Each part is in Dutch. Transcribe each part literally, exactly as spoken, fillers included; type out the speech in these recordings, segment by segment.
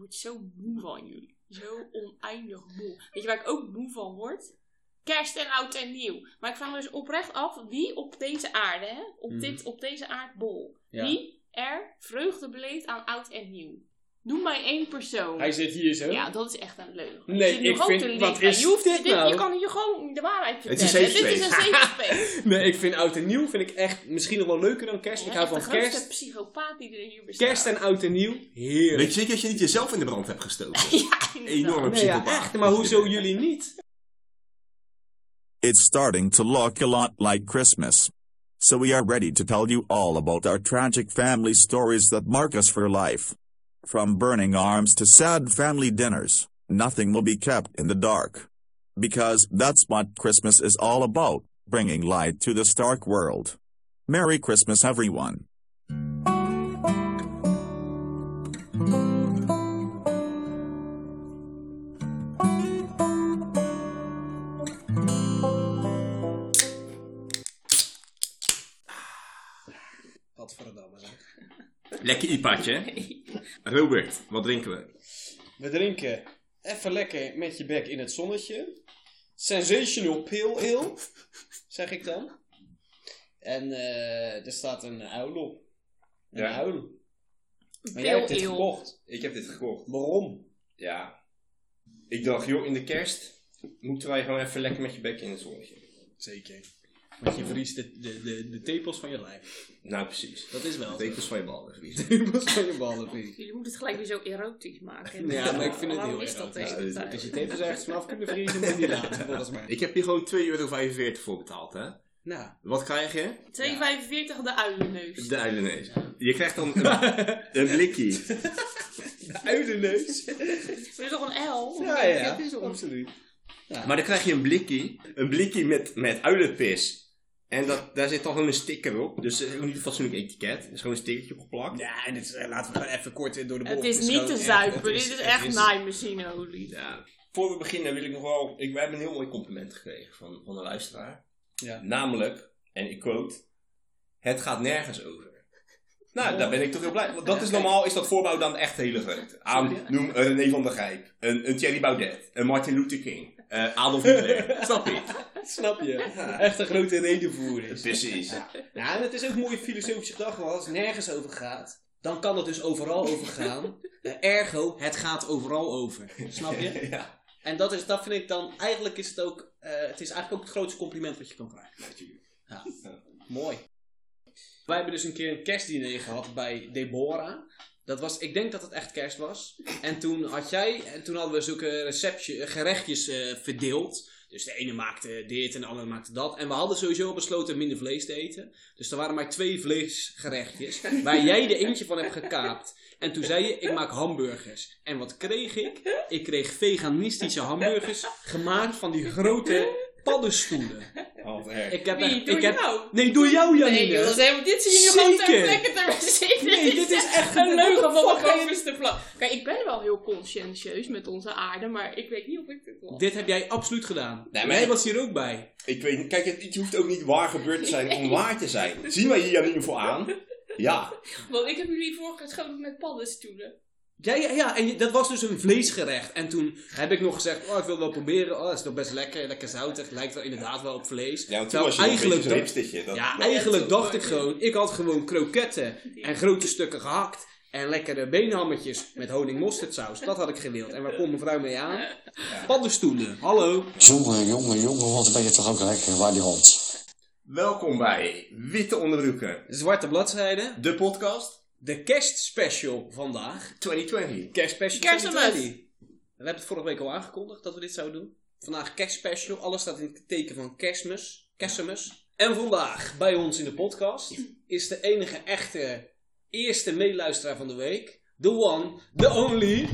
word zo moe van jullie. Zo oneindig moe. Weet je waar ik ook moe van word? Kerst en oud en nieuw. Maar ik vraag me dus oprecht af, wie op deze aarde, hè, op, mm. dit, op deze aardbol, ja. wie er vreugde beleeft aan oud en nieuw? Noem mij één persoon. Hij zit hier zo. Ja, dat is echt een leugen. Nee, ik vind... Wat is je hoeft dit dit, nou? Je kan hier gewoon de waarheid vertellen. Het is een dit is een safe space. Nee, ik vind oud en nieuw vind ik echt misschien nog wel leuker dan kerst. Ja, ik hou van de kerst. grootste psychopaat die er hier bestaat. Kerst en oud en nieuw, heerlijk. Weet je zeker dat je niet jezelf in de brand hebt gestoken? Ja, enorme nee, ja, psychopaat. echt, maar hoezo jullie niet? It's starting to look a lot like Christmas. So we are ready to tell you all about our tragic family stories that mark us for life. From burning arms to sad family dinners, nothing will be kept in the dark. Because that's what Christmas is all about, bringing light to this dark world. Merry Christmas, everyone. Godverdamme zeg. Lekker ipaatje. Robert, wat drinken we? We drinken even lekker met je bek in het zonnetje. Sensational Pale Ale, zeg ik dan. En uh, er staat een uil op. Een ja. uil. Maar jij hebt dit gekocht. Ik heb dit gekocht. Waarom? Ja. Ik dacht, joh, in de kerst moeten wij gewoon even lekker met je bek in het zonnetje. Zeker. Want je verliest de, de, de, de tepels van je lijf. Nou, precies. Dat is wel. De tepels van je ballen, vriend. Tepels van je ballen, vriend. Je moet het gelijk weer zo erotisch maken. Ja, maar ik vind het heel is dat erotisch. Als je tepels ergens vanaf kunnen vriezen, moet je niet laten, volgens mij. Ik heb hier gewoon twee euro vijfenveertig voor betaald, hè? Nou. Wat krijg je? twee euro vijfenveertig de uilenneus. De uilenneus. Je krijgt dan een, een blikkie. De uilenneus? Dat is toch een L? Ja, ja, ja. Absoluut. Ja. Maar dan krijg je een blikkie. Een blikkie met, met uilenpis. En dat, daar zit dan gewoon een sticker op. Dus het is ook niet een fatsoenlijk etiket. Er is gewoon een stickertje opgeplakt. Ja, en dit is, laten we gewoon even kort door de bocht. Het is niet te zuipen. Dit is echt naaimachineolie. Ja. Voor we beginnen wil ik nog wel... Ik, we hebben een heel mooi compliment gekregen van, van een luisteraar. Ja. Namelijk, en ik quote... Het gaat nergens over. Nou, oh. Daar ben ik toch heel blij. Want dat is normaal, is dat voorbouw dan echt hele groot. Aan, noem een René van der Gijp. Een, een Thierry Baudet. Een Martin Luther King. Uh, Adolf Hitler. Snap je? Snap je? Ja. Echt een grote redenvoer is. Precies. Ja. Ja, en het is ook een mooie filosofische gedachte. Want als het nergens over gaat, dan kan het dus overal over gaan. Uh, ergo, het gaat overal over. Snap je? Ja. En dat, is, dat vind ik dan, eigenlijk is het ook, uh, het is eigenlijk ook het grootste compliment wat je kan krijgen. Natuurlijk. Ja. Ja. Mooi. Wij hebben dus een keer een kerstdiner gehad bij Deborah. Dat was, ik denk dat het echt kerst was. En toen had jij, en toen hadden we zulke receptje, gerechtjes uh, verdeeld. Dus de ene maakte dit en de andere maakte dat. En we hadden sowieso al besloten minder vlees te eten. Dus er waren maar twee vleesgerechtjes. Waar jij er eentje van hebt gekaapt. En toen zei je, ik maak hamburgers. En wat kreeg ik? Ik kreeg veganistische hamburgers. Gemaakt van die grote paddenstoelen. Half erg. Ik heb Wie, echt, door ik heb, jou? Nee, door jou, Janine. Nee, joh, dat is helemaal, dit zie je gewoon ter plekke ter zitten. Nee, dit is echt een leugen van de fuck bovenste plan. Kijk, ik ben wel heel conscientieus met onze aarde, maar ik weet niet of ik dit was. Dit heb jij absoluut gedaan. Nee, maar jij ik, was hier ook bij. Ik weet niet, kijk, het, het hoeft ook niet waar gebeurd te zijn om waar te zijn. Zien wij hier Janine voor aan? Ja. Want ik heb jullie voorgeschoten met paddenstoelen. Ja, ja, ja, en je, dat was dus een vleesgerecht. En toen heb ik nog gezegd, oh, ik wil het wel proberen. Oh, dat is toch best lekker, lekker zoutig. Lijkt wel inderdaad wel op vlees. Ja, want toen was je eigenlijk een beetje dat, Ja, dat eigenlijk dacht ik gewoon, ik had gewoon kroketten en grote stukken gehakt. En lekkere beenhammetjes met honingmosterdsaus. Dat had ik gewild. En waar komt mevrouw mee aan? Ja. Paddenstoelen. Hallo. Jongen, jongen, jongen, wat ben je toch ook lekker, waar die hond. Welkom bij Witte Onderbroeken. Zwarte bladzijde. De podcast. De kerstspecial vandaag. twintig twintig. Kerstspecial Kerstmis. twintig twintig. We hebben het vorige week al aangekondigd dat we dit zouden doen. Vandaag kerstspecial. Alles staat in het teken van kerstmis. Kerstmis. En vandaag bij ons in de podcast is de enige echte eerste meeluisteraar van de week. The one, the only,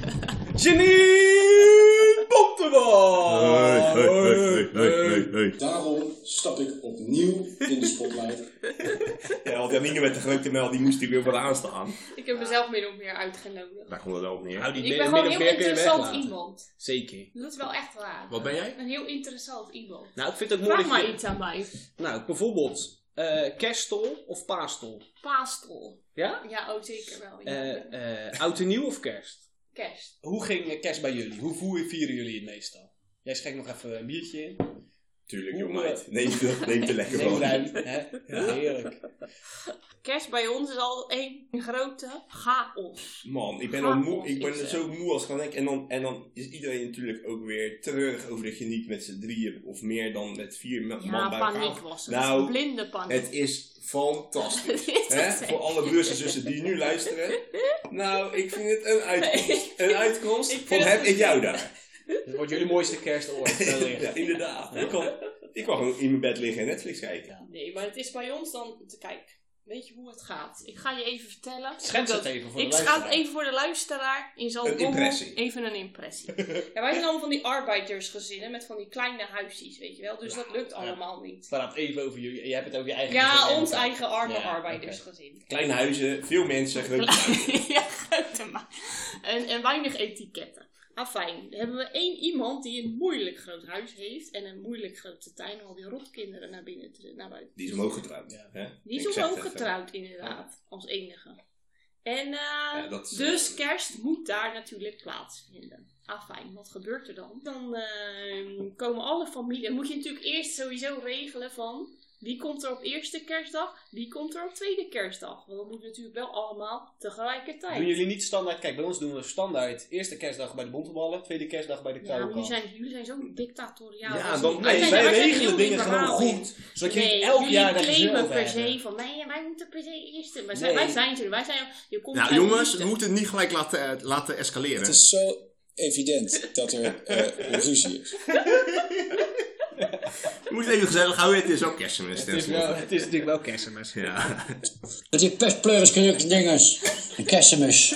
Janine Bonteman! Hey, hey, hey, hey, hey, hey. Daarom stap ik opnieuw in de spotlight. Ja, want Janine met de grote mel, die moest ik weer vooraan staan. Ik heb mezelf min of meer uitgenodigd. Daar komt het wel op neer. Nou, die Ik me- ben gewoon min of een meer heel kun je interessant weglaten. iemand. Zeker. Dat is wel echt waar. Wat ben jij? Een heel interessant iemand. Nou, ik vind het ook mooi Vraag dat maar je... iets aan mij. Nou, bijvoorbeeld, uh, kerststol of paastol? Paastol. Ja? Ja, oh zeker wel. Ja. Uh, uh, oud en nieuw of kerst? kerst. Hoe ging kerst bij jullie? Hoe voer- vieren jullie het meestal? Jij schenkt nog even een biertje in. Tuurlijk, Hoe, joh, eh, meid. Neem er, neem er lekker Neem van. ruim, hè? Ja, heerlijk. Kerst bij ons is al één grote chaos. Man, ik ben al moe. Chaos Ik ben is het. zo moe als kan ik. En dan, en dan is iedereen natuurlijk ook weer treurig over dat je niet met z'n drieën of meer dan met vier ma- Ja, man bij elkaar. paniek was het. Nou, Blinde paniek. Het is fantastisch. Dit is Hè? het. Voor alle broers en zussen die nu luisteren. Nou, ik vind het een uitkomst. Een uitkomst Ik vind van het heb dus- ik jou daar. Dit wordt jullie mooiste kerst ooit. wellicht. Ja, inderdaad. Ik kan, ik kan gewoon in mijn bed liggen en Netflix kijken. Nee, maar het is bij ons dan... Kijk, weet je hoe het gaat? Ik ga je even vertellen. Schets het Dat- even voor de Ik luisteraar. ga het even voor de luisteraar in zo'n Een impressie. Even een impressie. Ja, wij zijn allemaal van die arbeidersgezinnen met van die kleine huisjes, weet je wel. Dus dat lukt allemaal niet. Praat even over jullie. Jij hebt het over je eigen Ja, gezin. ons eigen arme Ja, arbeidersgezin. Kleine huizen, veel mensen, grote Ja, grote ma- en, en weinig etiketten. Ah, fijn. Dan hebben we één iemand die een moeilijk groot huis heeft en een moeilijk grote tuin en al die rotkinderen naar binnen te, naar buiten. Die is omhoog getrouwd. Ja. Hè? Die Ik is zeg omhoog het even. getrouwd, inderdaad, als enige. En uh, Ja, dat is- dus kerst moet daar natuurlijk plaatsvinden. Ah, fijn. Wat gebeurt er dan? Dan uh, komen alle familie. Dan moet je natuurlijk eerst sowieso regelen van wie komt er op eerste kerstdag, wie komt er op tweede kerstdag. Want dat moet natuurlijk wel allemaal tegelijkertijd. Doen jullie niet standaard... Kijk, bij ons doen we standaard eerste kerstdag bij de Bonteballen, tweede kerstdag bij de Ja, maar jullie Koude zijn, jullie zijn zo dictatoriaal. Ja, als dan- niet. Nee, zijn- wij zijn regelen heel dingen gewoon liberaal in. goed. Zodat je Nee, niet elk jullie jaar daar claimen gezeur per over se hebben. van nee, wij moeten per se eerste. Maar Nee. wij zijn zo. Wij zijn, je komt Nou uit jongens, liefde. we moeten het niet gelijk laten, eh, laten escaleren. Het is zo evident dat er eh, ruzie is. We moeten even gezellig houden, het is ook kerstmis. Het is, wel, het is natuurlijk wel kerstmis. Ja. Met die pestpleuris, krukken, dinges. En kerstmis.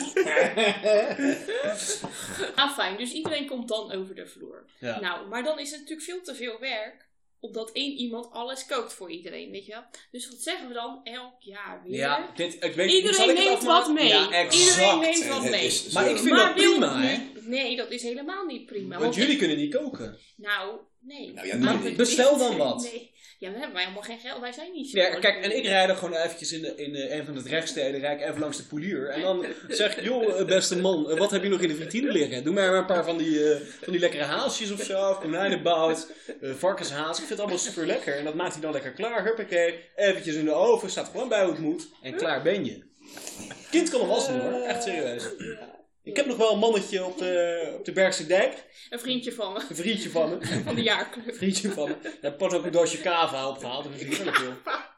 Ah, fijn. Dus iedereen komt dan over de vloer. Ja. Nou, maar dan is het natuurlijk veel te veel werk. Opdat één iemand alles kookt voor iedereen, weet je wel. Dus wat zeggen we dan elk jaar weer? Ja, dit, ik weet, Iedereen zal ik het neemt afmaken? wat mee. Ja, exact. Iedereen neemt wat Het mee. is Maar zo- ik vind Maar dat wil- prima, hè? nee, nee, dat is helemaal niet prima. Want jullie kunnen niet koken. Nou, nee. Nou ja, Maar nee. we- Bestel dan wat. Nee. Ja, we hebben wij helemaal geen geld. Wij zijn niet zo. Ja, kijk, en ik rijd er gewoon eventjes in, de, in de, een van de rechtsteden, rijd ik even langs de polier. En dan zeg ik, joh, eh, beste man, eh, wat heb je nog in de vitrine liggen? Doe mij maar een paar van die, eh, van die lekkere haasjes of zo, konijnenbout, uh, varkenshaas. Ik vind het allemaal super lekker. En dat maakt hij dan lekker klaar. Huppakee, eventjes in de oven, staat gewoon bij hoe het moet. En klaar ben je. Kind kan nog wassen hoor, echt serieus. Ik heb nog wel een mannetje op de, op de Bergse Dijk. Een vriendje van me. Een vriendje van me. Van de jaarclub. Een vriendje van me. Daar heb ik pas ook een doosje kava opgehaald. Dat is niet veel.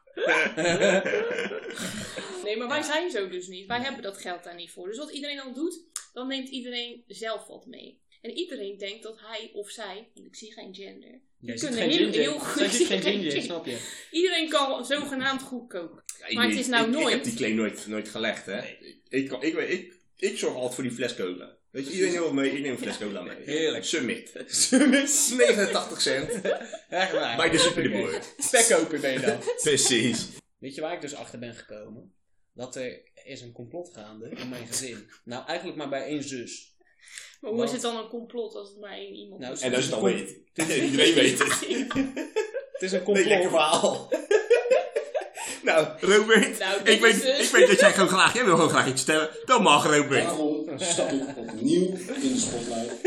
Nee, maar wij zijn zo dus niet. Wij hebben dat geld daar niet voor. Dus wat iedereen dan doet, dan neemt iedereen zelf wat mee. En iedereen denkt dat hij of zij, want ik zie geen gender, die Jij ziet kunnen geen heel, ginger. heel goed. Zij ik ziet zie geen geen ginger, ginger. snap je? Iedereen kan zogenaamd goed koken. Ja, Maar het ik- is nou ik, nooit. Ik heb die claim nooit, nooit gelegd, hè. Ik, kan- ik, ik, ik, ik zorg altijd voor die fles cola. Weet je, iedereen neemt wat mee, ik neem een fles cola mee. Heerlijk. Summit. Summit. negenentachtig cent. Echt waar. Bij de superboer. Spek open ben je dan. Precies. Weet je waar ik dus achter ben gekomen? Dat er is een complot gaande in mijn gezin. Nou, eigenlijk maar bij één zus. Maar hoe Want- is het dan een complot als het maar één iemand Nou, is? En als je het dan Kom- weet. Iedereen weet het. Het is een Nee, lekker complot. verhaal. Nou, Robert, Nou, dit ik, weet, is dus- ik weet dat jij gewoon graag, jij wil gewoon graag iets stellen. Dan mag Robert. Daarom stap ik opnieuw in de spotlight.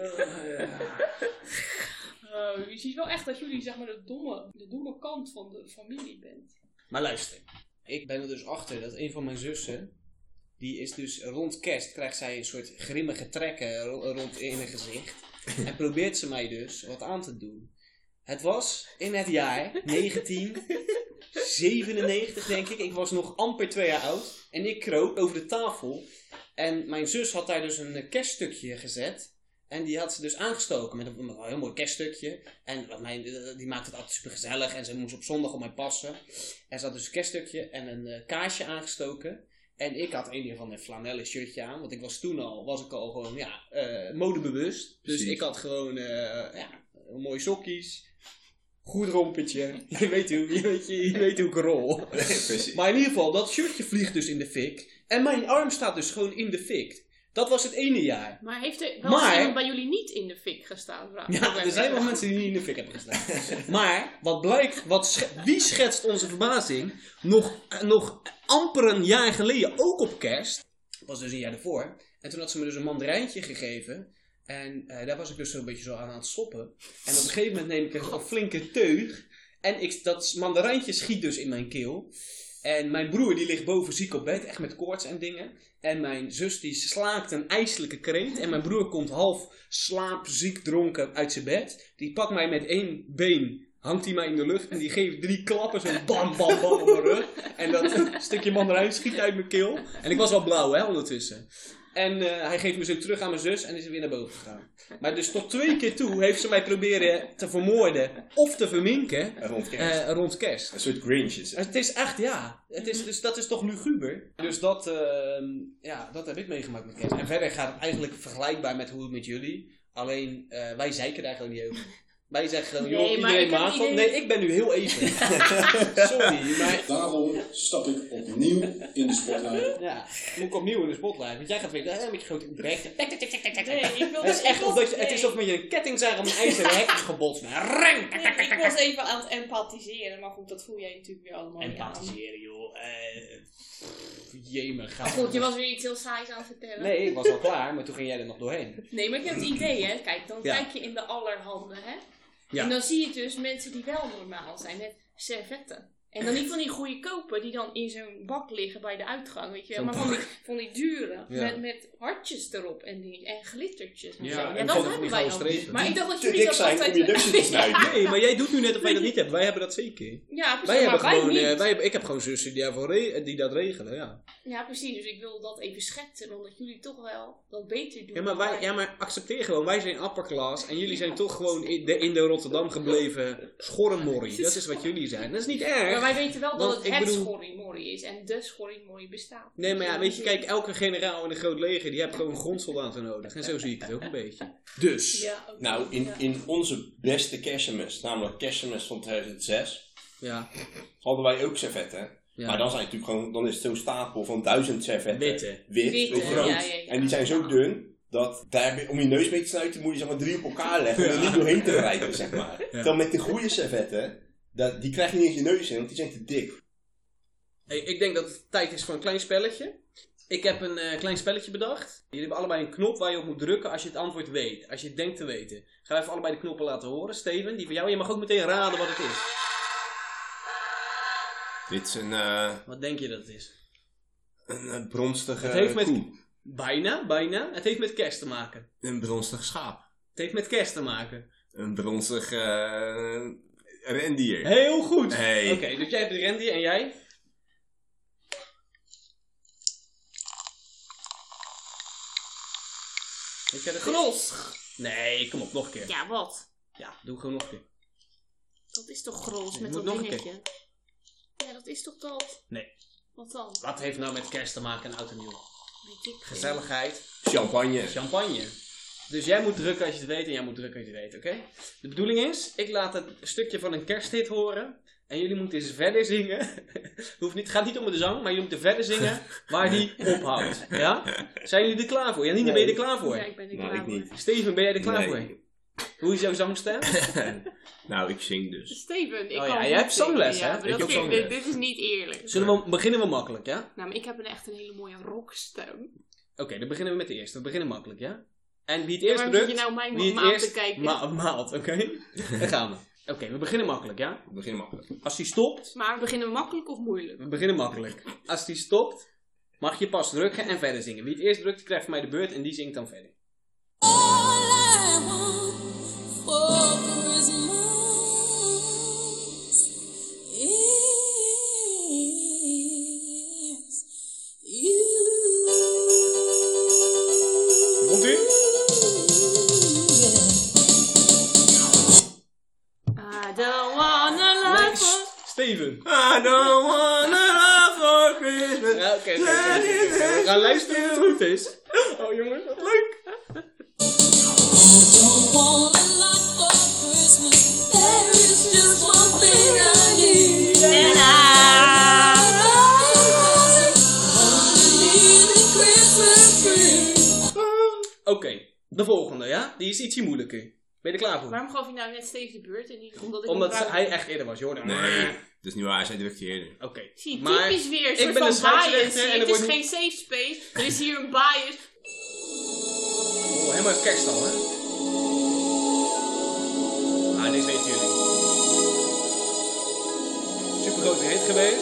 Oh, je ziet wel echt dat jullie zeg maar de domme, de domme kant van de familie bent. Maar luister. Ik ben er dus achter dat een van mijn zussen, die is dus rond kerst, krijgt zij een soort grimmige trekken ro- rond in haar gezicht. En probeert ze mij dus wat aan te doen. Het was in het jaar negentien zevenennegentig, denk ik. Ik was nog amper twee jaar oud. En ik kroop over de tafel. En mijn zus had daar dus een kerststukje gezet. En die had ze dus aangestoken met een, met een heel mooi kerststukje. En wat mijn, die maakte het altijd super gezellig. En ze moest op zondag op mij passen. En ze had dus een kerststukje en een uh, kaarsje aangestoken. En ik had een van een flanellen shirtje aan. Want ik was toen al, was ik al gewoon, ja, uh, modebewust. Dus Precies. ik had gewoon, uh, ja, mooie sokjes. Goed rompetje. Je weet hoe, je weet, je, je weet hoe ik rol. Precies. Maar in ieder geval, dat shirtje vliegt dus in de fik. En mijn arm staat dus gewoon in de fik. Dat was het ene jaar. Maar heeft er wel Maar- eens iemand bij jullie niet in de fik gestaan? Vraag ik Ja, me er zijn wel af. mensen die niet in de fik hebben gestaan. Maar, wat blijkt, wat sch- wie schetst onze verbazing? Nog, eh, nog amper een jaar geleden, ook op kerst, was dus een jaar ervoor, En toen had ze me dus een mandarijntje gegeven. En uh, daar was ik dus zo'n beetje zo aan aan het soppen. En op een gegeven moment neem ik een, een flinke teug. En ik, dat mandarijntje schiet dus in mijn keel. En mijn broer die ligt boven ziek op bed, echt met koorts en dingen. En mijn zus die slaakt een ijselijke kreet. En mijn broer komt half slaapziek dronken uit zijn bed. Die pakt mij met één been, hangt hij mij in de lucht. En die geeft drie klappen, zo bam bam bam op mijn rug. En dat stukje mandarijn schiet uit mijn keel. En ik was wel blauw hè, ondertussen. En uh, hij geeft me zo terug aan mijn zus en is weer naar boven gegaan. Maar dus tot twee keer toe heeft ze mij proberen te vermoorden of te verminken rond kerst. Uh, rond kerst. Een soort Grinch is het. Het is echt, ja. Het is, dus dat is toch luguber. Dus dat, uh, ja, dat heb ik meegemaakt met kerst. En verder gaat het eigenlijk vergelijkbaar met hoe het met jullie. Alleen, uh, wij zeiken daar gewoon niet over. Wij zeggen, joh, nee, iedereen maakt wat. Nee, ik ben nu heel even. Sorry, maar... Daarom stap ik opnieuw in de spotlight. Ja, moet ik opnieuw in de spotlight. Want jij gaat weer eh, met je grote brecht. Nee, ik wil Het is echt ik of was, dat je, het is nee. of met je een kettingzaag op een ijzeren hek is gebotst. Reng! Nee, ik was even aan het empathiseren, maar goed, dat voel jij natuurlijk weer allemaal niet aan. Empathiseren, joh. Uh, Jemig. Maar goed, je was weer iets heel saais aan het vertellen. Nee, ik was al klaar, maar toen ging jij er nog doorheen. Nee, maar ik heb het idee, hè. Kijk, dan Ja. kijk je in de allerhande, hè. Ja. En dan zie je dus mensen die wel normaal zijn, met servetten. En dan niet van die goede kopen die dan in zo'n bak liggen bij de uitgang, weet je wel. Zo'n Maar van die, van die dure, Ja. met, met hartjes erop en, die, en glittertjes. En Ja, zo. en ja, van dat die- van hebben die wij gouden al. strepen. Maar ik dacht dat Te jullie dik dat zijn altijd... om je neusje te snijden. Nee, maar jij doet nu net of wij dat niet hebben. Wij hebben dat zeker. Ja, precies, Wij hebben maar wij gewoon, niet. uh, wij hebben, ik heb gewoon zussen die, daarvoor re- die dat regelen, ja. Ja, precies. Dus ik wil dat even schetsen, omdat jullie toch wel dat beter doen. Ja maar, dan wij, ja, maar accepteer gewoon, wij zijn upper class en jullie zijn toch gewoon in de, in de Rotterdam gebleven schorrenmorrie. Dat is wat jullie zijn. Dat is niet erg. Maar wij weten wel dat Want het ik het bedoel- schorrimorrie is en de schorrimorrie bestaat. Nee, maar ja, weet je, kijk, elke generaal in een groot leger, die heeft gewoon grondsoldaten nodig. En zo zie ik het ook een beetje. Dus. Ja, okay, Nou, in, ja. in onze beste kerstmis, namelijk kerstmis van tweeduizend zes, Ja. hadden wij ook servetten. Ja. Maar dan zijn het natuurlijk gewoon, dan is het zo'n stapel van duizend servetten. Witte. Wit, Witte, weet je wel. ja, ja, ja. En die zijn zo dun, dat daar, heb je- om je neus mee te snuiten moet je zeg maar drie op elkaar leggen om er niet doorheen te rijden, zeg maar. Terwijl met de goede servetten, dat, die krijg je niet eens je neus in, want die zijn te dik. Hey, ik denk dat het tijd is voor een klein spelletje. Ik heb een uh, klein spelletje bedacht. Jullie hebben allebei een knop waar je op moet drukken als je het antwoord weet. Als je het denkt te weten. Ga even allebei de knoppen laten horen. Steven, die van jou. Je mag ook meteen raden wat het is. Dit is een, uh, Wat denk je dat het is? een uh, bronstige Het heeft met- koe. Bijna, bijna. Het heeft met kerst te maken. Een bronstig schaap. Het heeft met kerst te maken. Een bronstig uh, rendier. Heel goed. Hey. Oké, dus jij hebt de rendier en jij? Weet jij dat is? Gros. Nee, kom op, nog een keer. Ja, wat? Ja, doe gewoon nog een keer. Dat is toch gros Nee, met moet dat nog een dingetje? Ja, dat is toch dat? Nee. Wat dan? Wat heeft nou met kerst te maken en oud en nieuw? Weet ik veel. Gezelligheid. Champagne. Champagne. Dus jij moet drukken als je het weet en jij moet drukken als je het weet, oké? De bedoeling is, ik laat een stukje van een kersthit horen. En jullie moeten eens verder zingen. Hoeft niet, het gaat niet om de zang, maar jullie moeten verder zingen waar die ophoudt. Ja? Zijn jullie er klaar voor? Janine, ben je er klaar voor? Ja, ik ben er Nou, klaar ik voor. niet. Steven, ben jij er klaar Nee. voor? Hoe is jouw zangstem? Nou, ik zing dus. Steven, ik Oh kan ja, goed jij hebt zingen. zangles, Ja, hè? maar Ik dat heb vind- zangles. dit, dit is niet eerlijk. Zullen we beginnen we makkelijk, ja? Nou, maar ik heb een echt een hele mooie rockstem. Oké, dan beginnen we met de eerste. We beginnen makkelijk, ja? En wie het Ja, eerst waarom zit drukt, je nou mijn wie het maat eerst te kijken? ma maalt, oké? Daar gaan we. Oké, we beginnen makkelijk, ja? We beginnen makkelijk. Als die stopt, Maar beginnen we makkelijk of moeilijk? we beginnen makkelijk. Als die stopt, mag je pas drukken en verder zingen. Wie het eerst drukt, krijgt van mij de beurt en die zingt dan verder. Komt ie? I don't wanna love Nee, for... Steven. I don't wanna love for Christmas. Ja, oké, oké, oké, oké. We gaan luisteren of het goed is. Oh jongens, wat leuk. Don't want a lot for Christmas. There is just one thing I need. And I underneath the Christmas tree. Oké, de volgende, ja? Die is ietsje moeilijker. Ben je er klaar voor? Waarom gaf je nou net Steven de beurt en niet omdat ik Omdat hem ze- eruit- hij echt eerder was, Jordan. Nee, dat is niet waar. Zij drukt hier eerder. Oké. Zie, Maar typisch weer, een ik soort ben van een scheidsrechter bias. en er Het is wordt geen safe space, er is hier een bias. maar kerst al, hè. Ah, deze weten jullie. Super grote hit geweest.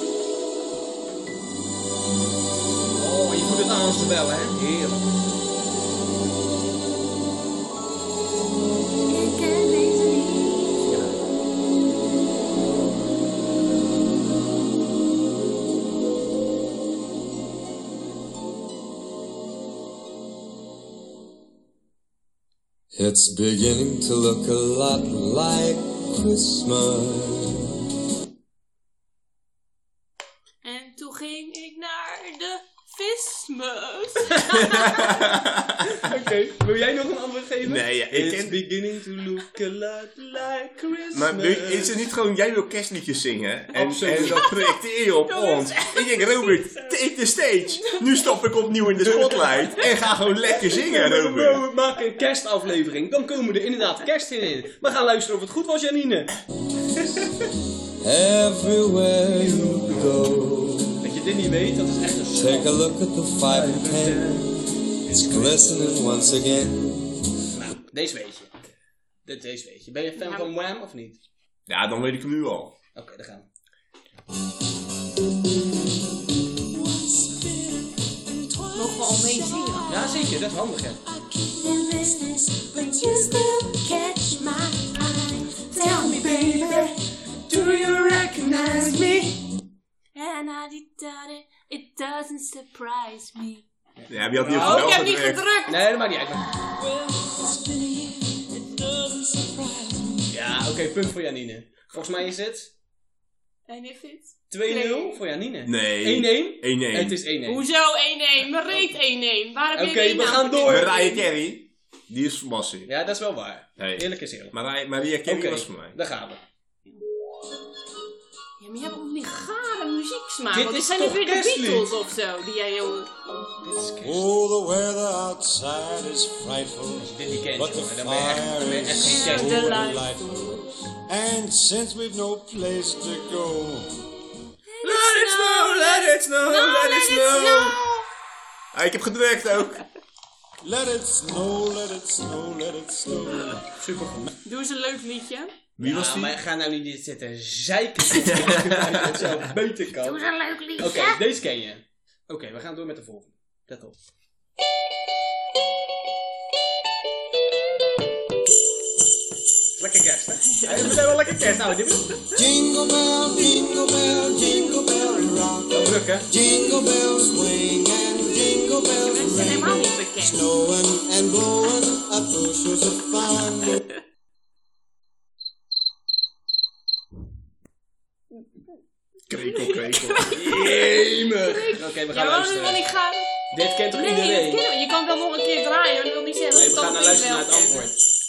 Oh, je voelt het aan ze wel, hè. Heerlijk. Ik ken deze niet. Ja. It's beginning to look a lot like Christmas. En toen ging ik naar de vismus. Oké, okay. Wil jij nog een antwoord geven? Nee, ja, ik It's ken... beginning to look a lot like Christmas. Maar wil- is het niet gewoon, jij wil kerstliedjes zingen? En, Absoluut. en dat projecteer je op ons. Ik denk, Robert, take the stage. Nu stap ik opnieuw in de spotlight. En ga gewoon lekker zingen, Bro, Robert. we maken een kerstaflevering. Dan komen er inderdaad kerstzinnen in. We gaan luisteren of het goed was, Janine. Everywhere you go, Dat je dit niet weet, dat is echt een take schande. a look at the five and ten. It's glistening once again. Nou, deze weet je. Dit, deze weet je. Ben je fan Nou. van Wham of niet? Ja, dan weet ik hem nu al. Oké, okay, daar gaan we. Mogen we al mee zingen? Ja, zeker. Dat is handig, hè. In business, but you still catch my eye. Tell me, baby, do you recognize me? And I did it, it doesn't surprise me. Ja, heb je had niet op Oh, ik geweld heb niet gedrukt. gedrukt. Nee, dat maakt niet uit. maar- Well, it's been a year, it doesn't surprise me. Ja, oké, okay, punt voor Janine. Volgens mij is het En if it? twee nul Nee. voor Janine. Nee. één één? één één. Het is één één. Hoezo één één? Me reed één één. Waar heb je Oké, één we aan gaan verdiend? door. Mariah Carey, die is van Bassie. Ja, dat is wel waar. Nee. Eerlijk is eerlijk. Mariah, Mariah Carey Oké, was voor mij. daar gaan we. Ja, maar je hebt ook niet gare muzieksmaak. Dit Want is dit zijn toch weer de kerstlied? Beatles of zo. Die jij heel... Dit is kerst. Oh, the weather outside is frightful, Dit die kent but je, the maar dan ben je echt, dan ben je fire echt geen is kerst. so De delightful. And since we've no place to go, Let it snow, let it snow, let it snow. Ah, ik heb gedrukt ook. let it snow, let it snow, let it snow. Supergoed. Doe eens een leuk liedje. Wie Ja, was die? maar ga nou niet zitten zeiken. Het zou beter kan. Doe Oké, eens een leuk liedje. deze ken je. Oké, we gaan door met de volgende. Let op. Lekker kerst, hè? Ja, we zijn wel lekker kerst. Nou, dit is Jingle bell, jingle bell, jingle bell rock. wel druk, hè? Jingle bells swing and jingle bells Mensen zijn ring. helemaal niet bekend. Snowing and blowing up bushels of fun. Krekel, krekel. Jemig. Oké, we gaan Ja, luisteren. want ik ga... Dit kent toch Nee, dat iedereen? kennen we. Je kan wel nog een keer draaien. Maar dat wil niet zeggen Nee, dat we ik gaan dat naar meteen luisteren naar wel het ken. antwoord.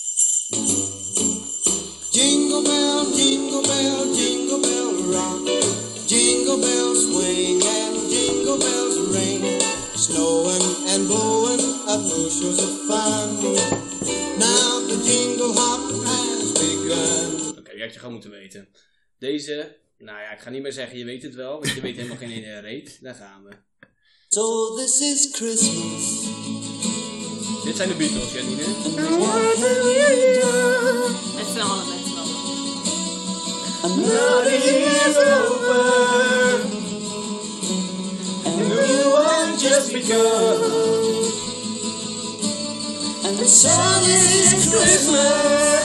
Jingle bell, jingle bell, jingle bell rock. Jingle bells swing and jingle bells ring. Snowing and blowing up bushels of fun. Now the jingle hop has begun. Oké, okay, die had je gewoon moeten weten. Deze, nou ja, ik ga niet meer zeggen, je weet het wel, want je weet helemaal geen ene reet. Daar gaan we. So this is Christmas. Dit zijn de Beatles, Janine. Met z'n allen, met z'n allen. Another year's over. And a new one just begun. And the sun is Christmas.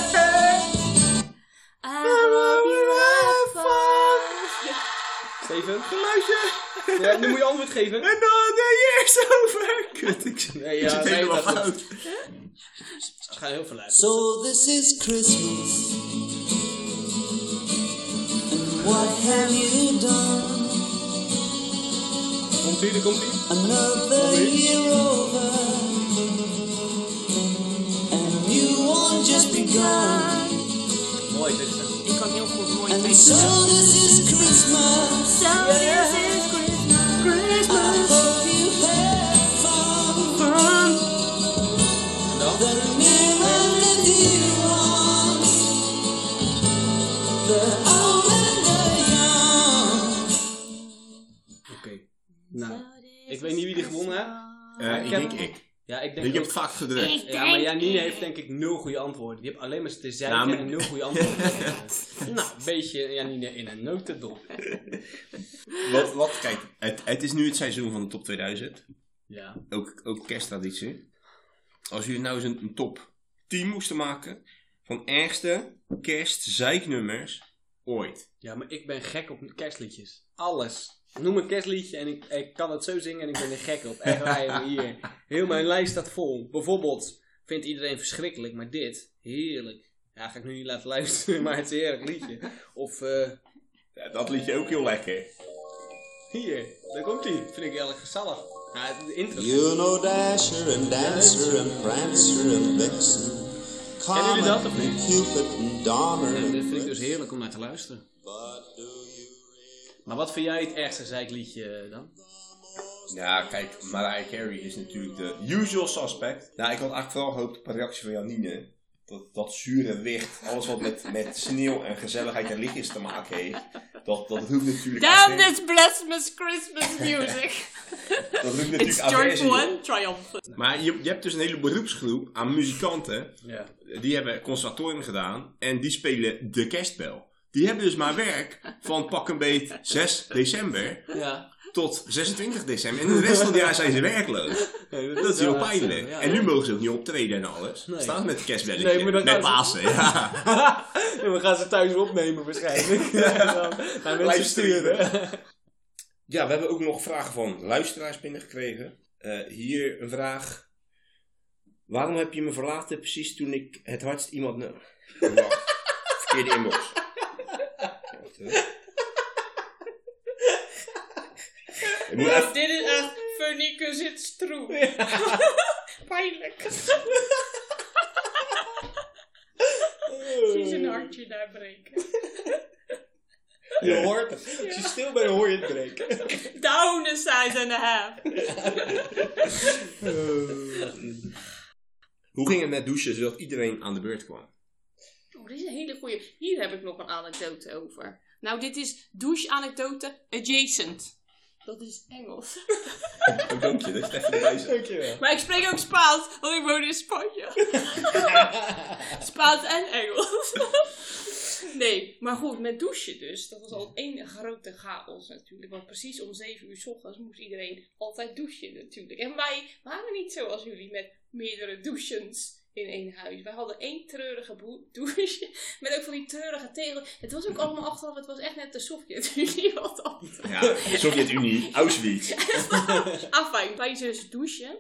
I hope you have fun. Steven? Ja, nu moet je antwoord geven. Another year's over. Kut, ik Nee, ik ja, zit nee, helemaal dat fout. We gaan heel veel luisteren. So this is Christmas. And what have you done? Komt ie, daar komt ie. Another year over. And a new one just begun. Mooi, dit is het. Ik kan heel goed mooi And teksten. so this is Christmas. So this is Christmas. I hope you have fun. En dan? The new and the dear ones. The old and the young. Oké. Nou, ik weet niet wie die gewonnen heeft. Eh, ik denk ik. Ja, ik Je denk hebt ook... vaak gedrukt. Ik Ja, maar denk- Janine heeft denk ik nul goede antwoorden. Die heeft alleen maar zitten zeiken Nou, maar- en nul goede antwoorden. Die heeft alleen maar zitten zeiken Nou, maar- en nul goede antwoorden. Nou, een beetje Janine in een notendop. Wat, wat, kijk, het, het is nu het seizoen van de top tweeduizend. Ja. Ook, ook kersttraditie. Als jullie nou eens een, een top tien moesten maken van ergste kerstzeiknummers ooit. Ja, maar ik ben gek op kerstliedjes. Alles. Noem een kerstliedje en ik, ik kan het zo zingen en ik ben er gek op. Echt waar, hier. Heel mijn lijst staat vol. Bijvoorbeeld, vindt iedereen verschrikkelijk, maar dit, heerlijk. Ja, ga ik nu niet laten luisteren, maar het is een heerlijk liedje. Of, eh, Ja, dat liedje ook heel lekker. hier, daar komt ie. Vind ik heel erg gezellig. Ja, de intro. You know Dasher and Dancer and Prancer and Vixen, Kennen jullie dat of Comet niet? and Cupid and Donner En and dit vind ik dus Blitzen. heerlijk om naar te luisteren. But do you really Maar wat vind jij het ergste zeikliedje dan? Ja, kijk, Mariah Carey is natuurlijk de usual suspect. Nou, ik had eigenlijk vooral gehoopt op een reactie van Janine. Dat, dat zure wicht, alles wat met, met sneeuw en gezelligheid en lichtjes te maken heeft. Dat, dat hoeft natuurlijk Damn aver- this Christmas Christmas music. dat hoeft It's natuurlijk aversie joyful op. and triumphant. Maar je, je hebt dus een hele beroepsgroep aan muzikanten. Ja. Die hebben conservatorium gedaan. En die spelen de kerstbel. Die hebben dus maar werk van pak een beet zes december Ja. tot zesentwintig december. En de rest van het jaar zijn ze werkloos. Dat is heel pijnlijk. Ja, En nu ja. mogen ze ook niet optreden en alles. Nee. Staan ze met het kerstbelletje. Nee, maar dan met gaan ze- Pasen, ja. Ja, we gaan ze thuis opnemen waarschijnlijk. Ja, dan naar mensen Livestreamen. sturen. Ja, we hebben ook nog vragen van luisteraars binnengekregen. Eh hier een vraag. Waarom heb je me verlaten precies toen ik het hardst iemand nodig? Wacht. Verkeerde inbox. Wacht, hè. Ik moet even... Dit is echt funny cause it's true. Pijnlijk. Zie zijn hartje daar breken. Je hoort het. Als je stil bent, hoor je het breken. Down a size and a half. Hoe ging het met douchen zodat iedereen aan de beurt kwam? Oh, dit is een hele goeie. Hier heb ik nog een anekdote over. Nou, dit is douche-anekdote adjacent. Dat is Engels. Oh, dank je, dat is even erbij zo. Dankjewel. Maar ik spreek ook Spaans, want ik woon in Spanje. Spaans en Engels. Nee, maar goed, met douchen dus. Dat was al één grote chaos natuurlijk. Want precies om zeven uur 's ochtends moest iedereen altijd douchen natuurlijk. En wij waren niet zoals jullie met meerdere douchens in één huis. Wij hadden één treurige boe- douche. Met ook van die treurige tegels. Het was ook allemaal achteraf. Het was echt net de Sovjet-Unie wat dat. Ja, Sovjet-Unie, Auschwitz. Afijn, wij dus douchen.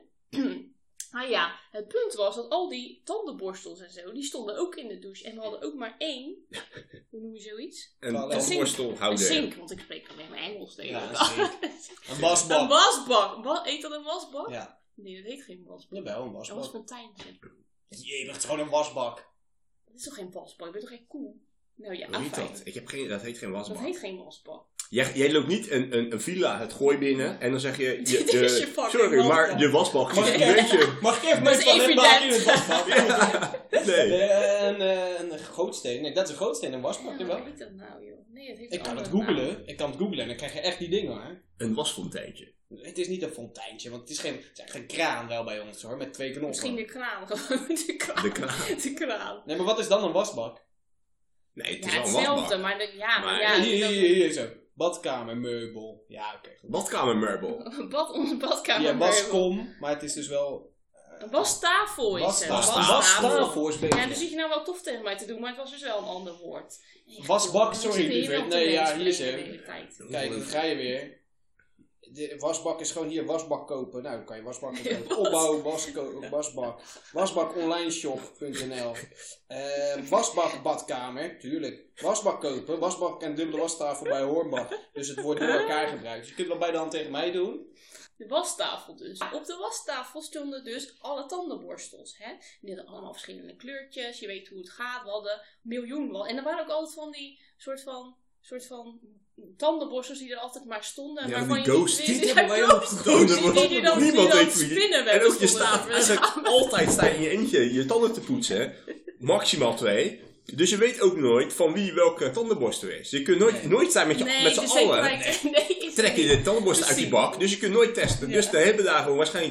Ah ja, het punt was dat al die tandenborstels en zo, die stonden ook in de douche. En we hadden ook maar één, hoe noem je zoiets? Een Een Een tandborstelhouder. zink, want ik spreek alleen maar Engels tegen Ja, elkaar. een zink. Een Een wasbak. wasbak. Wa- Heet dat een wasbak? Ja. Nee, dat heet geen wasbak. Jawel, een Dat was wasbak. fonteintje. Jee, dat is gewoon een wasbak. Dat is toch geen wasbak? Ik ben toch geen koe? Nou ja, Hoe heet afijn. dat? Ik heb geen, dat heet geen Dat wasbak. heet geen wasbak. Jij, jij loopt niet een, een, een villa het gooi binnen en dan zeg je... je, Dit je- is je fucking sorry, wasbak. maar je wasbak Mag is ik een even- beetje... Mag ik even Dat mee is van hem maken in evident. het wasbak? Nee. Eh, Een, eh, een gootsteen. Nee, dat is een gootsteen, een wasbak, Ja, jawel. hoe heet dat nou, joh? Nee, het heeft Ik een kan het andere naam. googelen. Ik kan het googelen en dan krijg je echt die dingen hoor. Een wasfonteintje. Het is niet een fonteintje, want het is, geen, het is echt een kraan wel bij ons hoor, met twee knoppen. Misschien de kraan. Gewoon de kraan. De kraan. De kraan. Nee, maar wat is dan een wasbak? Nee, het is Ja, wel een hetzelfde, wasbak. maar de, ja, maar Maar- ja. hier, dat- hier, hier, hier zo. Badkamermeubel. Ja, oké. goed. Badkamermeubel. Bad, onze badkamer. Ja, waskom, maar het is dus wel... Een wastafel is het. Wastafel. Een Wastafel is beter. Ja, dus zit je nou wel tof tegen mij te doen, maar het was dus wel een ander woord. Wasbak, Ik sorry, zit hier lieverd. wel te Nee, ja, menspreken hier is de hij. hele tijd. Kijk, dan ga je weer. De wasbak is gewoon hier, wasbak kopen. Nou, dan kan je wasbak kopen. Wat? Opbouw, wasko- wasbak. wasbakonlineshop punt n l Eh wasbak badkamer, tuurlijk. Wasbak kopen, wasbak en dubbele wastafel bij Hornbach. Dus het wordt door elkaar gebruikt. Dus je kunt het wel bij de hand tegen mij doen. De wastafel dus. Op de wastafel stonden dus alle tandenborstels. Hè? Die hadden allemaal verschillende kleurtjes. Je weet hoe het gaat. We hadden miljoen wel. En er waren ook altijd van die soort van, soort van tandenborstels die er altijd maar stonden. Ja, waarvan die je ghosts. niet Die wist- hebben wij ja, ook. ghosts. Tandenborstels. Die dan, die Niemand dan weet wie. spinnenwebben En ook je stonden staat er. eigenlijk altijd sta je in je eentje je tanden te poetsen. Maximaal twee. Dus je weet ook nooit van wie welke tandenborstel is. Je kunt nooit, nooit zijn met, je, Nee, met de z'n allen. zekerheid. Nee, is Trek je niet. de tandenborstel uit die Precies. bak. Dus je kunt nooit testen. Dus Ja. de hebben daar gewoon waarschijnlijk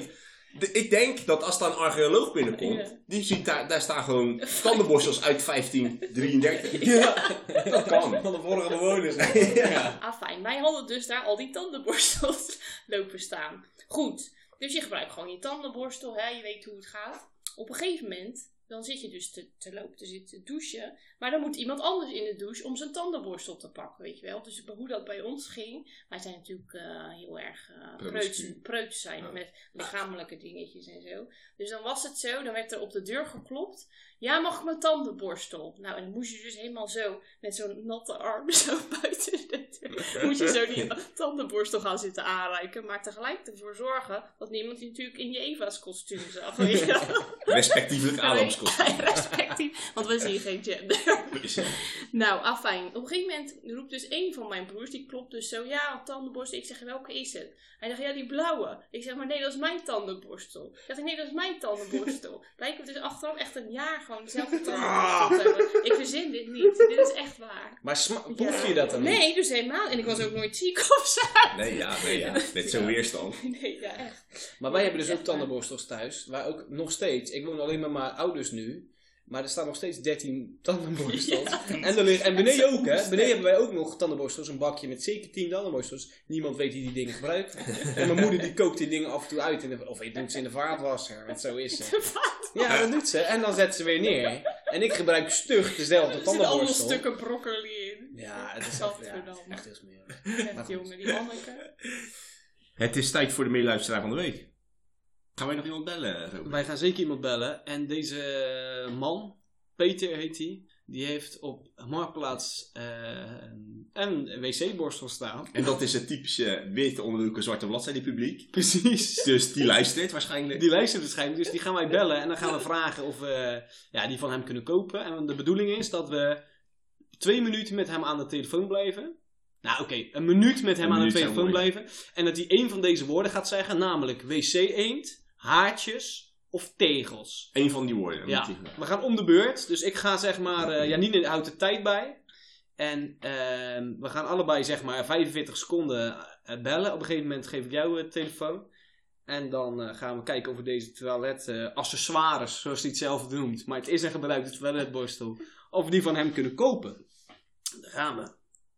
De, ik denk dat als daar een archeoloog binnenkomt, Ja. die ziet daar, daar staan gewoon tandenborstels uit vijftien drieëndertig. Ja, dat kan. Van de vorige bewoners. Ja. Ah, fijn. Wij hadden dus daar al die tandenborstels lopen staan. Goed. Dus je gebruikt gewoon je tandenborstel, hè. Je weet hoe het gaat. Op een gegeven moment, dan zit je dus te, te lopen, te zitten te douchen. Maar dan moet iemand anders in de douche om zijn tandenborstel te pakken, weet je wel. Dus hoe dat bij ons ging. Wij zijn natuurlijk uh, heel erg uh, preuts, preuts zijn Ja. met lichamelijke dingetjes en zo. Dus dan was het zo, dan werd er op de deur geklopt. Ja, mag ik mijn tandenborstel? Nou, en dan moest je dus helemaal zo, met zo'n natte arm, zo buiten de deur. Moest je zo die tandenborstel gaan zitten aanreiken. Maar tegelijk ervoor zorgen dat niemand je natuurlijk in je Eva's kostuum zag. Weet je wel. Respectievelijk Adamskost. Ja, respectief, want we zien geen gender. Nou, afijn. Op een gegeven moment roept dus een van mijn broers, die klopt dus zo, ja, tandenborstel. Ik zeg, welke is het? Hij zegt, ja, die blauwe. Ik zeg, maar nee, dat is mijn tandenborstel. Ik zeg, nee, dat is mijn tandenborstel. Blijkt dus achteraf echt een jaar gewoon dezelfde tandenborstel te hebben. Ik verzin dit niet. Dit is echt waar. Maar sma- proef je dat dan niet? Nee, dus helemaal. En ik was ook nooit ziek of zo. Nee, ja, nee, ja. Met zo'n weerstand. Nee, ja, echt. Maar wij hebben dus ook Echt tandenborstels thuis. Waar ook nog steeds, ik woon alleen met mijn ouders nu. Maar er staan nog steeds dertien tandenborstels. En, er ligt, en beneden ook, hè. Beneden hebben wij ook nog tandenborstels. Een bakje met zeker tien tandenborstels. Niemand weet wie die dingen gebruikt. En mijn moeder die kookt die dingen af en toe uit. In de, of je doet ze in de vaatwasser. Want zo is ze. Ja, dat doet ze. En dan zet ze weer neer. En ik gebruik stug dezelfde Er zitten allemaal tandenborstel. stukken broccoli in. Ja, het is echt, Gadverdamme. ja, echt heel smerig. Echt, jongen, die Anneke. Het is tijd voor de meeluisteraar van de week. Gaan wij nog iemand bellen, Robert? Wij gaan zeker iemand bellen. En deze man, Peter heet hij, die heeft op Marktplaats uh, een wc-borstel staan. En dat is het typische witte onderdoeken zwarte bladzijde publiek. Precies. Dus die luistert waarschijnlijk. Die luistert waarschijnlijk, dus die gaan wij bellen en dan gaan we vragen of we ja, die van hem kunnen kopen. En de bedoeling is dat we twee minuten met hem aan de telefoon blijven. Nou oké, okay, een minuut met hem Een aan de minuut telefoon blijven. En dat hij één van deze woorden gaat zeggen, namelijk wc-eend, haartjes of tegels. Eén van die woorden. Ja, we gaan om de beurt. Dus ik ga zeg maar, uh, Janine houdt de tijd bij. En uh, we gaan allebei zeg maar vijfenveertig seconden uh, bellen. Op een gegeven moment geef ik jou de telefoon. En dan uh, gaan we kijken of we deze toilet uh, accessoires, zoals hij het zelf noemt. Maar het is een gebruikte toiletborstel. Of we die van hem kunnen kopen. Daar gaan we.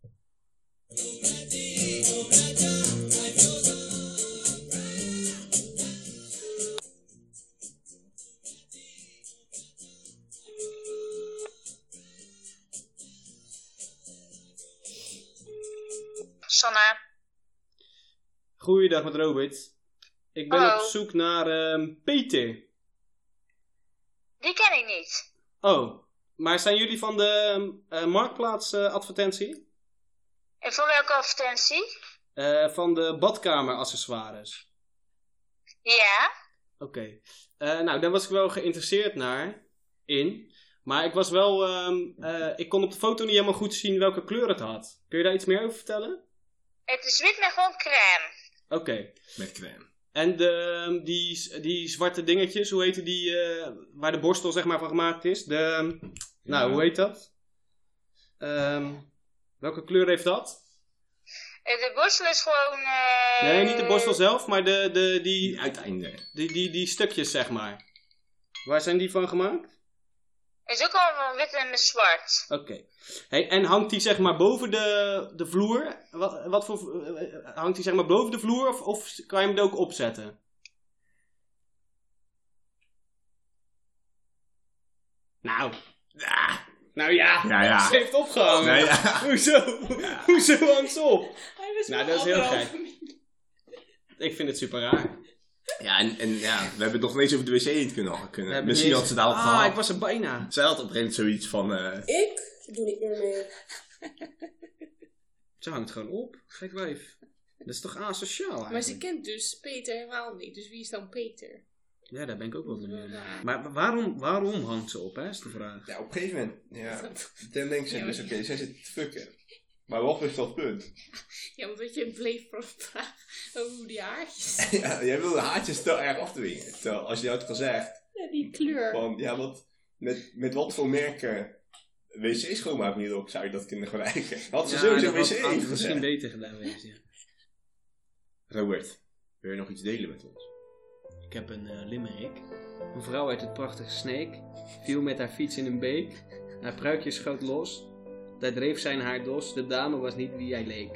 Sanne. Goeiedag met Robert. Ik ben Hallo. op zoek naar uh, Peter. Die ken ik niet. Oh, maar zijn jullie van de uh, Marktplaats uh, advertentie? En voor welke advertentie? Uh, van de badkameraccessoires. Ja. Oké. Okay. Uh, nou, daar was ik wel geïnteresseerd naar. In. Maar ik was wel... Um, uh, ik kon op de foto niet helemaal goed zien welke kleur het had. Kun je daar iets meer over vertellen? Het is wit met gewoon crème. Oké. Okay. Met crème. En de, die, die zwarte dingetjes, hoe heette die... Uh, waar de borstel zeg maar van gemaakt is? De... Ja. Nou, hoe heet dat? Um, welke kleur heeft dat? De borstel is gewoon... Uh... Nee, niet de borstel zelf, maar de, de, die, die uiteinden. Die, die, die stukjes, zeg maar. Waar zijn die van gemaakt? Het is ook al van wit en met zwart. Oké. Okay. Hey, en hangt die zeg maar boven de, de vloer? Wat, wat voor... Uh, hangt die zeg maar boven de vloer of, of kan je hem er ook opzetten? Nou. Ah. Nou ja, ja, ja. ze heeft opgehangen. Nou, ja. Hoezo? Ja. Hoezo hangt ze op? Hij nou, dat is heel gek. Ik vind het super raar. Ja, en, en ja, we hebben het nog niet eens over de wc in kunnen. kunnen. Misschien eens... had ze daar al ah, gehad. ik was er bijna. Zij had op een gegeven moment zoiets van... Uh... Ik doe niet meer mee. Ze hangt gewoon op. Gek wijf. Dat is toch asociaal eigenlijk? Maar ze kent dus Peter helemaal niet. Dus wie is dan Peter? Ja, daar ben ik ook wel benieuwd naar. Maar waarom, waarom hangt ze op, hè, is de vraag. Ja, op een gegeven moment, ja, dan denkt ze dus, oké, okay, zij zit te fucken. Maar wat is dat punt? Ja, omdat je bleef vragen over hoe die haartjes... Ja, jij wil de haartjes te erg afdwingen. Terwijl, als je had gezegd... Ja, die kleur. Van, ja, wat, met, met wat voor merken wc-schoonmaakmiddel ook zou je dat kunnen gebruiken? Had ze ja, sowieso wc had gezegd. Misschien beter gedaan wezen, ja. Robert, wil je nog iets delen met ons? Ik heb een uh, limerick. Een vrouw uit het prachtige Sneek viel met haar fiets in een beek. Haar pruikje schoot los. Daar dreef zijn haar dos. De dame was niet wie hij leek.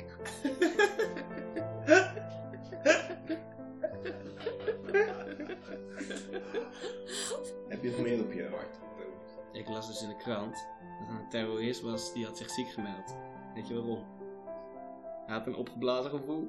Heb je nog meer op je hart? Ik las dus in de krant dat er een terrorist was die had zich ziek gemeld. Weet je waarom? Hij had een opgeblazen gevoel.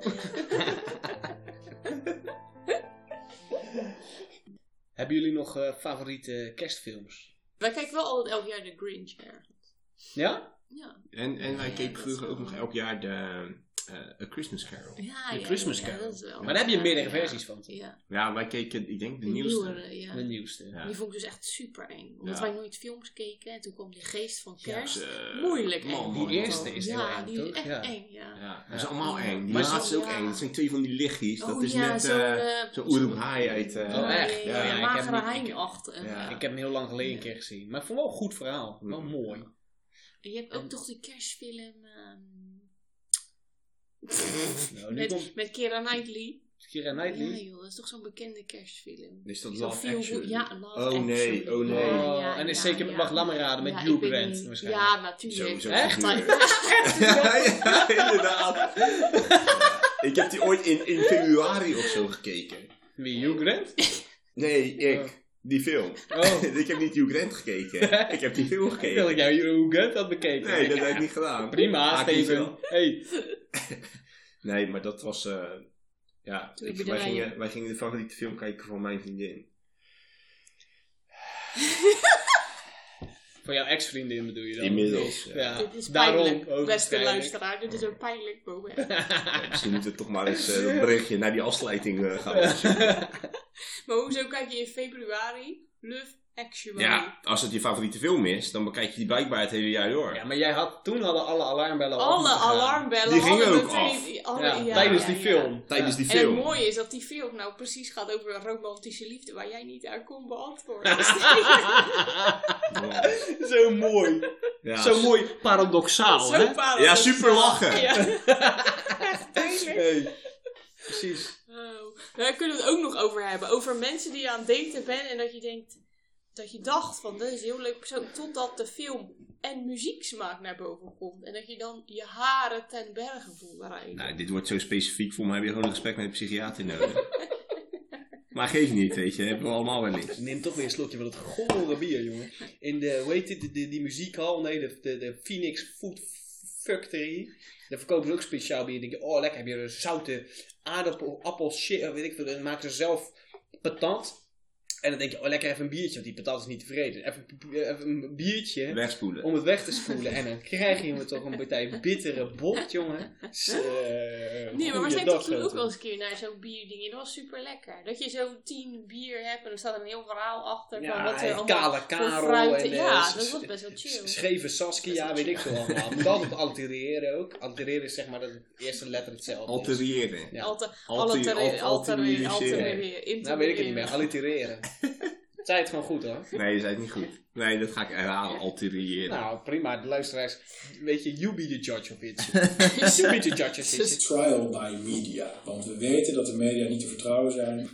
Hebben jullie nog uh, favoriete kerstfilms? Wij kijken wel altijd elk jaar de Grinch ergens. Ja? Ja. En, en wij Ja, keken dat vroeger is ook wel nog leuk. elk jaar de uh, A Christmas Carol. Ja, De ja, Christmas ja, Carol. dat is wel. Maar daar heb je meerdere Ja, versies van. toch? Ja. Ja, wij keken, ik denk, de De nieuwste. nieuwere, ja. De nieuwste. Ja. Die vond ik dus echt super eng. Omdat Ja. wij nooit films keken. En toen kwam die geest van kerst. Uh, Moeilijk eng. man, Die man, eerste man. is heel Ja, eng, die is toch? echt Ja. eng, ja. Ja, dat is allemaal eng. Die Maar laatste is ook zo- eng. ja. Dat zijn twee van die lichtjes. Dat Oh, is ja, net zo'n, uh, eh, zo'n oeroehaai uit... uh, Oh, echt? Ja, Ja, ja, ik heb magere niet- hein-achtig. Ja. Ja. Ik heb hem heel lang geleden een keer gezien. Maar ik vond wel een goed verhaal. Wel Mm. mooi. En je hebt ook toch die kerstfilm... ehm, Nou, nu met, komt met Keira Knightley. Keira Knightley. Ja joh, dat is toch zo'n bekende kerstfilm. Is dat Zo'n Love feel Actually? good- Ja, Love Oh, Actually. nee, oh, nee. Ja, Oh, ja, en is ja, zeker, ja. wacht, laat me raden, met Ja, Hugh ik weet Grant niet. waarschijnlijk. Ja, natuurlijk. Sowieso. Echt? Ja, ja, inderdaad. Ik heb die ooit in, in februari of zo gekeken. Wie, Hugh Grant? Nee, ik. Oh. Die film. Oh. Ik heb niet Hugh Grant gekeken. Ik heb die film Ik dacht dat gekeken. jij Hugh Grant had bekeken. Nee, dat heb ik niet gedaan. Prima, Haak niet Steven. wel. Hey. Nee, maar dat was... uh, ja, Toen ik, heb je wij, de gingen, rijen. wij gingen de favoriete film kijken van mijn vriendin. Van jouw ex-vriendin bedoel je dan? Inmiddels, ja. Ja. Dit is Daarom pijnlijk, ook beste waarschijnlijk. luisteraar. Dit is een pijnlijk moment. Ja, misschien moet het toch maar eens uh, een berichtje naar die afsluiting uh, gaan opzoeken. Maar hoezo kijk je in februari Love Actually? Ja, als het je favoriete film is, dan bekijk je die blijkbaar het hele jaar door. Ja, maar jij had, toen hadden alle alarmbellen al Alle moeten gaan. alarmbellen Die gingen hadden ook natuurlijk- af. alle- Ja, ja, tijdens ja, die ja. film. Tijdens die En film. het mooie is dat die film nou precies gaat over een romantische liefde waar jij niet aan kon beantwoorden. Zo mooi. Ja. Zo mooi paradoxaal, Zo hè? paradoxaal. Ja, super lachen. Ja. Echt pijnlijk. Hey. Precies. Oh. Daar kunnen we het ook nog over hebben. Over mensen die je aan het daten bent en dat je denkt, dat je dacht van, dat is een heel leuk persoon, totdat de film en muzieksmaak naar boven komt. En dat je dan je haren ten berge voelt rijden. Nou, dit wordt zo specifiek. Voor mij heb je gewoon een gesprek met een psychiater nodig. Maar geef niet, weet je. Hebben we allemaal wel eens. Neem toch weer een slokje van het gore bier, jongen. In de, hoe heet het, de, de, die muziekhal, nee, de, de, de Phoenix Food Factory. Daar verkopen ze ook speciaal bier. Dan denk je, oh lekker, heb je een zoute aardappel, appel, shit, weet ik veel. Dan maken ze zelf patat. En dan denk je, oh lekker even een biertje, want die patat is niet tevreden. Even, even een biertje Wegspoelen. om het weg te spoelen. En dan krijg je toch een partij bittere bot, jongen. S- uh, Nee, maar we zijn goeiedag, toch toen ook grote. wel eens een keer naar zo'n bierding. En dat was super lekker. Dat je zo tien bier hebt en er staat een heel verhaal achter. Ja, van wat er en allemaal Kale voor Karel fruit- en, eh, ja, s- dat was best wel chill. Scheve Saskia, Best wel weet ik veel allemaal. Moet altijd altereren ook. Altereren is zeg maar dat het eerste letter hetzelfde is. Alteriëren. Ja. Alter, Alter- alter, alter, alteriëren. alter, Nou weet ik het niet meer. Allitereren. Zei het gewoon goed hoor. Nee, je zei het niet goed. Nee, dat ga ik herhalen. Alteriëren. Nou prima, de luisteraars. Weet je, you be the judge of it. You be the judge of it. Trial by media. Want we weten dat de media niet te vertrouwen zijn.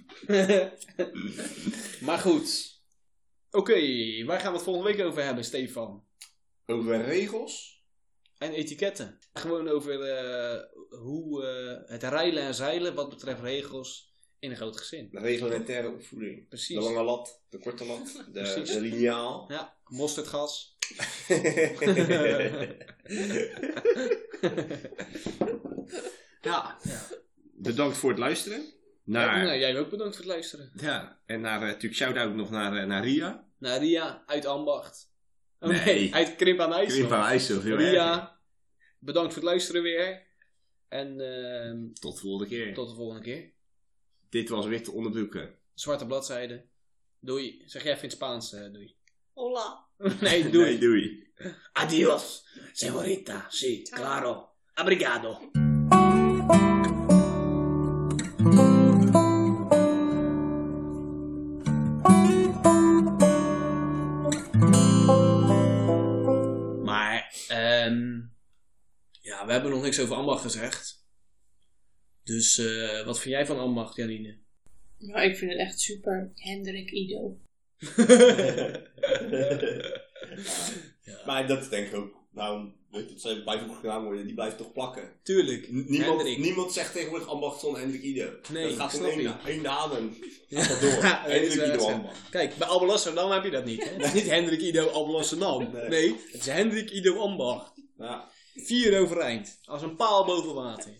Maar goed. Oké, waar gaan we het volgende week over hebben, Stefan? Over regels. En etiketten. Gewoon over uh, hoe uh, het rijlen en zeilen wat betreft regels in een groot gezin. De reglementaire opvoeding. Precies. De lange lat, de korte lat, de, Precies. de liniaal. Ja, mosterdgas. ja. ja. Bedankt voor het luisteren. Naar, Ja, nou, jij ook bedankt voor het luisteren. ja, en naar, uh, natuurlijk shout-out nog naar, uh, naar Ria. Nou, Ria uit Ambacht. Oh, nee. Nee. uit Krimp aan IJssel. Krimp aan IJssel, heel erg. Ria, bedankt voor het luisteren weer. En uh, tot de volgende keer. Tot de volgende keer. Dit was Witte Onderbroeken. Zwarte bladzijde. Doei. Zeg jij even in het Spaans, uh, doei. Hola. Nee, doei. Nee, doei. Adios, señorita. Sí, claro. Obrigado. Maar, um, ja, we hebben nog niks over ambacht gezegd. Dus, uh, wat vind jij van ambacht, Janine? Nou, ik vind het echt super. Hendrik Ido. ja. Maar dat denk ik ook. Nou, weet je, dat zijn bijvoeglijke gedaan die blijven toch plakken. Tuurlijk. N- niemand, niemand zegt tegenwoordig ambacht zonder Hendrik Ido. Nee, dat gaat snap in één, je. één adem. Gaat dat door. Ja, Hendrik dat is, Ido uh, ambacht. Kijk, bij Albelasserdam heb je dat niet. Hè? Het is niet Hendrik Ido Albelasserdam. Nee. nee, het is Hendrik Ido Ambacht. Ja. Vier overeind. Als een paal boven water.